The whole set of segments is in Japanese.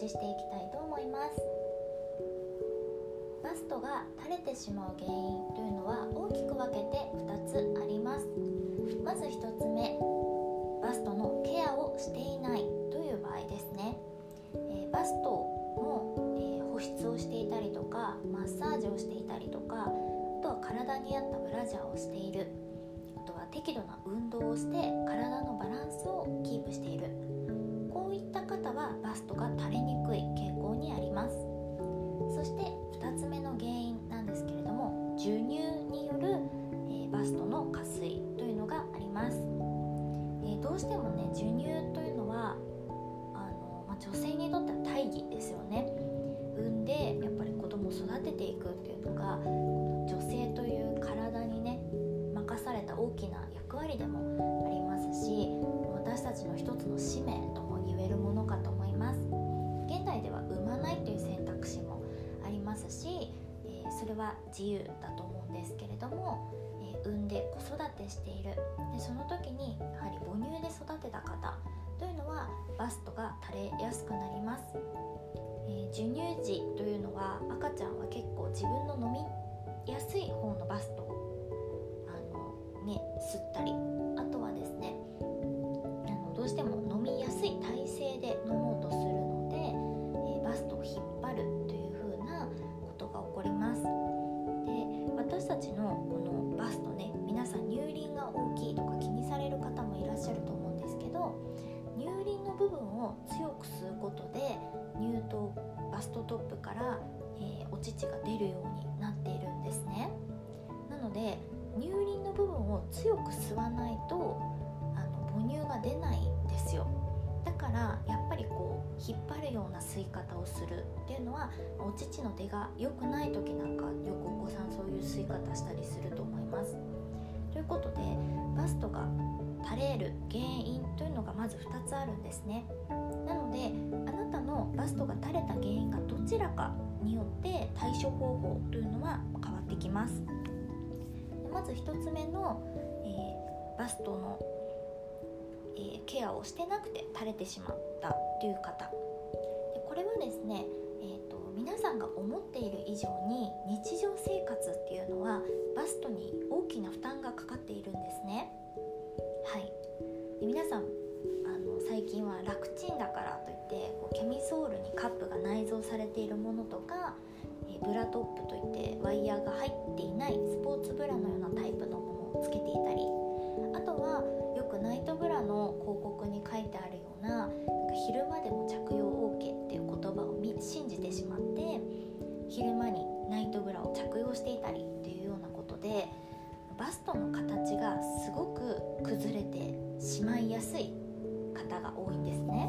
ししていきたいと思います。バストが垂れてしまう原因というのは大きく分けて2つあります。まず1つ目、バストのケアをしていないという場合ですね。バストの、保湿をしていたりとか、マッサージをしていたりとか、あとは体に合ったブラジャーをしている、あとは適度な運動をして体のバランスをキープしている、こういった方はバストが垂れにくい傾向にあります。そして2つ目の原因なんですけれども、授乳による、バストの下垂というのがあります。どうしてもね、授乳というのは女性にとっては大義ですよね。産んでやっぱり子供を育てていくっていうのが女性という体にね任された大きな役割でもありますし、私たちの一つの使命とも言えるものかと思います。現代では産まないという選択肢もありますし、それは自由だと思うんですけれども、産んで子育てしている、でその時にやはり母乳で育てた方というのはバストが垂れやすくなります。授乳時というのは赤ちゃんは結構自分の飲みやすい方のバストを吸ったり、あとはですねどうしても飲みやすい体勢で飲もうとするので、バストを引っ張るというふうなことが起こります。で、私たちのこのバストね、皆さん乳輪が大きいとか気にされる方もいらっしゃると思うんですけど、乳輪の部分を強く吸うことで乳頭、バストトップから、お乳が出るようになっているんですね。なので乳輪の部分を強く吸わないと母乳が出ないんですよ。だからやっぱりこう引っ張るような吸い方をするっていうのは、お乳の出が良くない時なんかよくお子さんそういう吸い方したりすると思います。ということでバストが垂れる原因というのがまず2つあるんですね。なのであなたのバストが垂れた原因がどちらかによって対処方法というのは変わってきます。まず1つ目の、バストの、ケアをしてなくて垂れてしまったという方で、これはですね、皆さんが思っている以上に日常生活っていうのはバストに大きな負担がかかっているんですね。はい。で、皆さん最近は楽ちんだからといってキャミソールにカップが内蔵されているものとか、ブラトップといってワイヤーが入っていないスポーツブラのようなタイプのものをつけていたり、あとはよくナイトブラの広告に書いてあるような、昼間でも着用 OK っていう言葉を信じてしまって昼間にナイトブラを着用していたりっていうようなことで、バストの形がすごく崩れてしまいやすい方が多いんですね。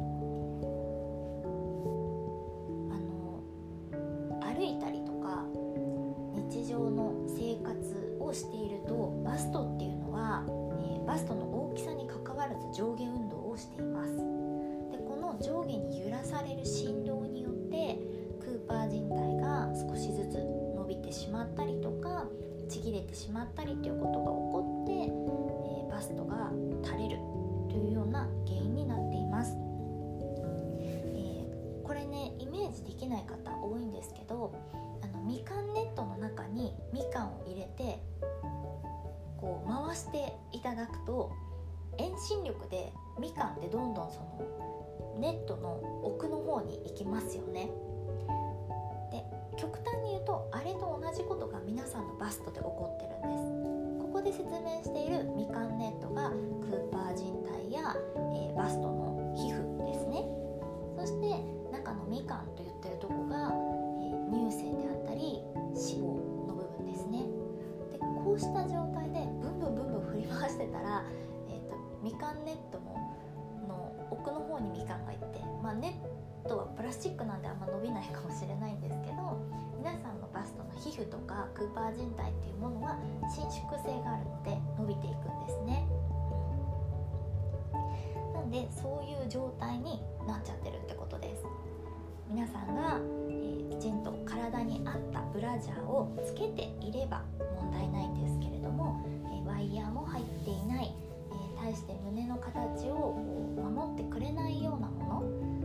歩いたりとか日常の生活をしているとバストっていうのは、バストの大きさにかかわらず上下運動をしています。で、この上下に揺らされる振動によってクーパー靭帯が少しずつ伸びてしまったりとかちぎれてしまったりということが起こって、バストが垂れるというような原因になっています。これね、イメージできない方多いんですけど、みかんネットの中にみかんを入れてこう回していただくと遠心力でみかんってどんどんそのネットの奥の方に行きますよね。で、極端に言うとあれと同じことが皆さんのバストで起こってるんです。ここで説明しているみかんネットがクーパー靭帯や、バストの皮膚ですね。そして中のみかんと言ってるとこが、乳腺であったり脂肪の部分ですね。で、こうした状態でブンブンブンブン振り回してたら、みかんネットの奥の方にみかんがいって、ネットはプラスチックなんであんま伸びないかもしれないんですけど、皆さんのバストの皮膚とかクーパー靭帯っていうものは伸縮性があるので伸びていくんですね。なのでそういう状態になっちゃってるってことです。皆さんが、きちんと体に合ったブラジャーをつけていれば問題ないんですけれども、ワイヤーも入っていない、対して胸の形を守ってくれないようなもの、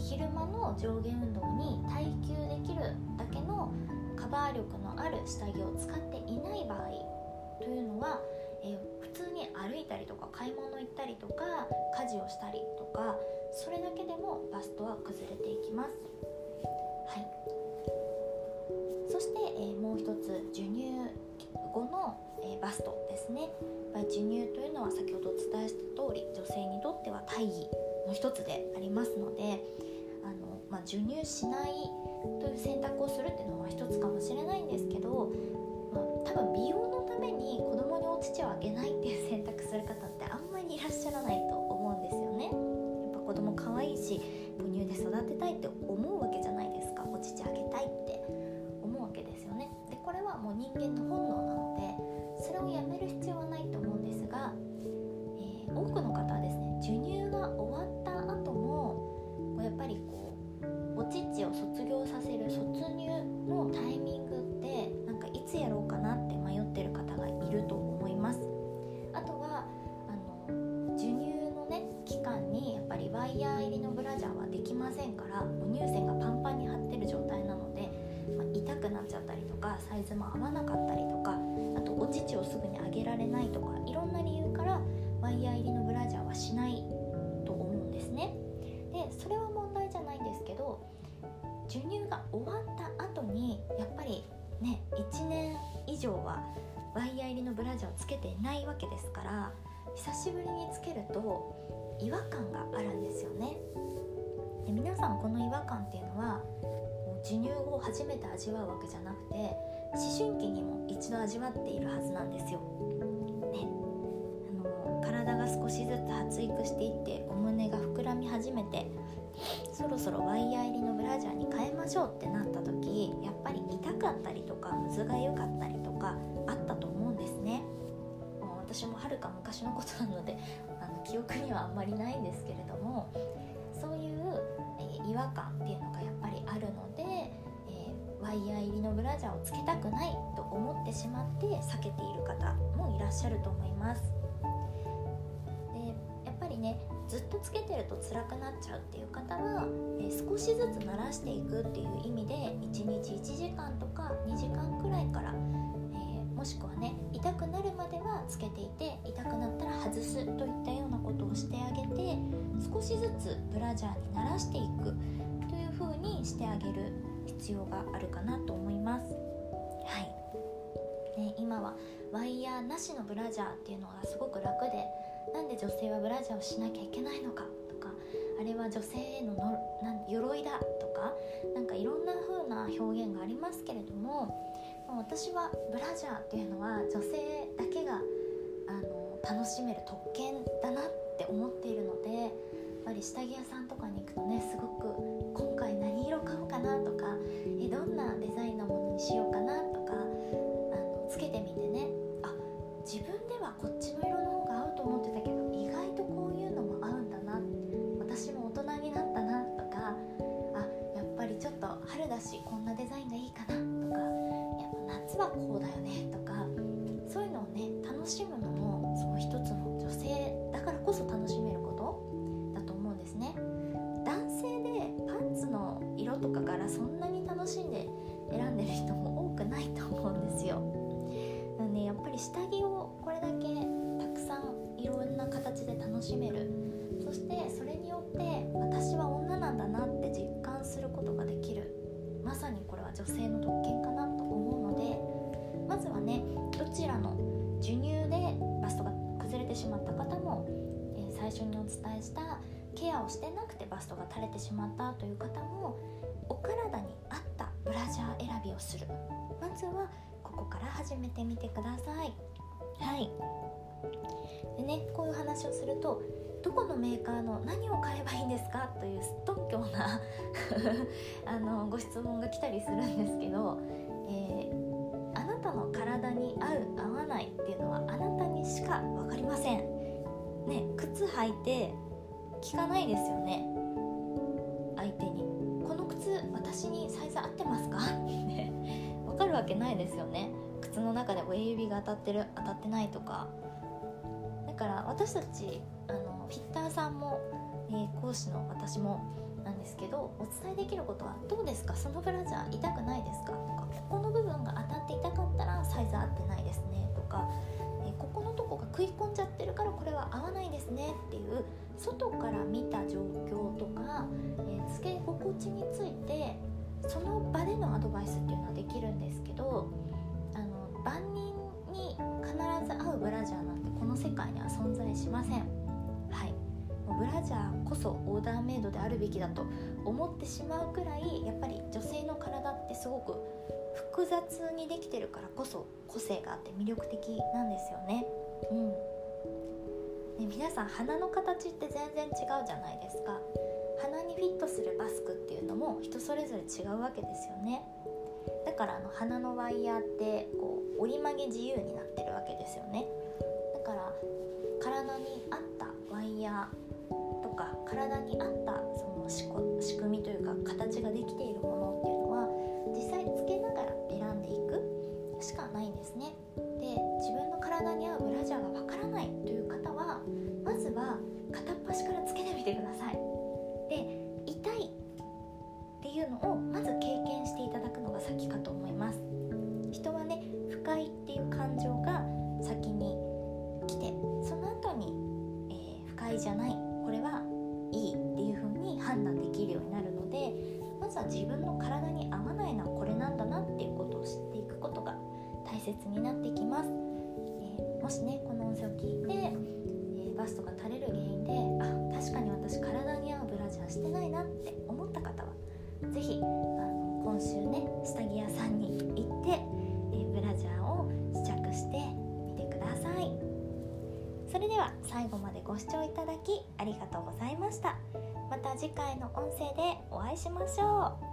昼間の上下運動に耐久できるだけのカバー力のある下着を使っていない場合というのは、普通に歩いたりとか買い物行ったりとか家事をしたりとか、それだけでもバストは崩れていきます。はい、そして、もう一つ授乳後の、バストですね。授乳というのは先ほどお伝えした通り、女性にとっては大義の一つでありますので、授乳しないという選択をするっていうのは一つかもしれないんですけど、多分美容のために子供にお乳をあげないっていう選択する方ってあんまりいらっしゃらないと思うんですよね。やっぱ子供可愛いし母乳で育てたいって思うわけじゃないですか。お乳あげたいって思うわけですよね。でこれはもう人間の本能なので、それをやめる必要はないと思うんですが、多くの方はですね、授乳が終わった後もやっぱりお乳を卒業させる卒乳のタイミングっていつやろうかなって迷ってる方がいると思います。あとは授乳のね期間にやっぱりワイヤー入りのブラジャーはできませんから、乳腺がパンパンに張ってる状態なので、痛くなっちゃったりとか、サイズも合わなかったりとか、あとお乳をすぐにあげられないとか、いろんな理由からワイヤー入りのブラジャーはしないと思うんですね。でそれは問題じゃないんですけど、授乳が終わった後にやっぱりね、1年以上はワイヤー入りのブラジャーをつけていないわけですから、久しぶりにつけると違和感があるんですよね。で皆さんこの違和感っていうのは授乳後初めて味わうわけじゃなくて、思春期にも一度味わっているはずなんですよ、ね、体が少しずつ発育していってお胸が膨らみ始めて、そろそろワイヤー入りのブラジャーに変えましょうってなった時、やっぱり痛かったりとかむずがゆかったりとかあったと思うんですね。私もはるか昔のことなので記憶にはあんまりないんですけれども、そういう違和感っていうのがやっぱりあるので、ワイヤー入りのブラジャーをつけたくないと思ってしまって避けている方もいらっしゃると思います。でやっぱりね、ずっとつけてると辛くなっちゃうっていう方は、少しずつ慣らしていくっていう意味で1日1時間とか2時間くらいから、もしくはね痛くなるまではつけていて、痛くなったら外すといったようなことをしてあげて、少しずつブラジャーに慣らしていくという風にしてあげる必要があるかなと思います。はい、ね、今はワイヤーなしのブラジャーっていうのがすごく楽で、なんで女性はブラジャーをしなきゃいけないのかとか、あれは女性への鎧だとか、いろんな風な表現がありますけれども、私はブラジャーっていうのは女性だけが楽しめる特権だなって思っているので、やっぱり下着屋さんとかに行くとね、すごく今回何色買おうかなとか、どんなデザインのものにしようかなとかつけてみてね、自分ではこっちの色の方が合うと思ってたけど、意外とこういうのも合うんだな、私も大人になったなとか、やっぱりちょっと春だしこんなデザインがいいかなとか、夏はこうだよねとか、そういうのをね楽しむのもその一つの女性だからこそ楽しめることだと思うんですね。男性でパンツの色とか柄そんなに楽しんで選んでる人も多くないと思うんですよ。なのでやっぱり下着をこれだけたくさんいろんな形で楽しめる、そしてそれによって私は女なんだなって実感することができる、まさにこれは女性の特権かなと思うので、まずはね、どちらの授乳でバストが崩れてしまった方も、最初にお伝えしたケアをしてなくてバストが垂れてしまったという方も、お体に合ったブラジャー選びをする、まずはここから始めてみてください。はい。でね、こういう話をすると、どこのメーカーの何を買えばいいんですかというすっとんきょうなご質問が来たりするんですけど、あなたの体に合う合わないっていうのはあなたにしか分かりません、ね、靴履いて聞かないですよね、相手にこの靴私にサイズ合ってますかって分かるわけないですよね。靴の中で親指が当たってる当たってないとか。だから私たちフィッターさんも、講師の私もなんですけど、お伝えできることは、どうですか、そのブラジャー痛くないですかとか、ここの部分が当たって痛かったらサイズ合ってないですねとか、ここのとこが食い込んじゃってるからこれは合わないですねっていう外から見た状況とか、つけ心地についてその場でのアドバイスっていうのはできるんですけど、万人に必ず合うブラジャーなんてこの世界には存在しません。はい、もうブラジャーこそオーダーメイドであるべきだと思ってしまうくらい、やっぱり女性の体ってすごく複雑にできてるからこそ個性があって魅力的なんですよね。皆さん鼻の形って全然違うじゃないですか。鼻にフィットするマスクっていうのも人それぞれ違うわけですよね。だから鼻のワイヤーってこう折り曲げ自由になってるわけですよね。だから体に合ったワイヤーとか体に合ったその仕組みというか形ができているものっていうのは実際つけながら選んでいくしかないんですね。で、自分の体に合うブラジャーがわからないという方は、まずは片っ端からつけてみてください。で、痛いっていうのをまず経験していただくのが先かと思います。人はね、不快っていう感情が先に来て、その後に、不快じゃない、これはいいっていう風に判断できるようになるので、まずは自分の体に合わないのはこれなんだなっていうことを知っていくことが大切になってきます。もしね、この音声を聞いて、バストが垂れる原因で、確かに私体に合うブラジャーしてないなって思った方は、ぜひ今週ね、下着屋さんに行って、ブラジャーを試着してみてください。それでは最後までご視聴いただきありがとうございました。また次回の音声でお会いしましょう。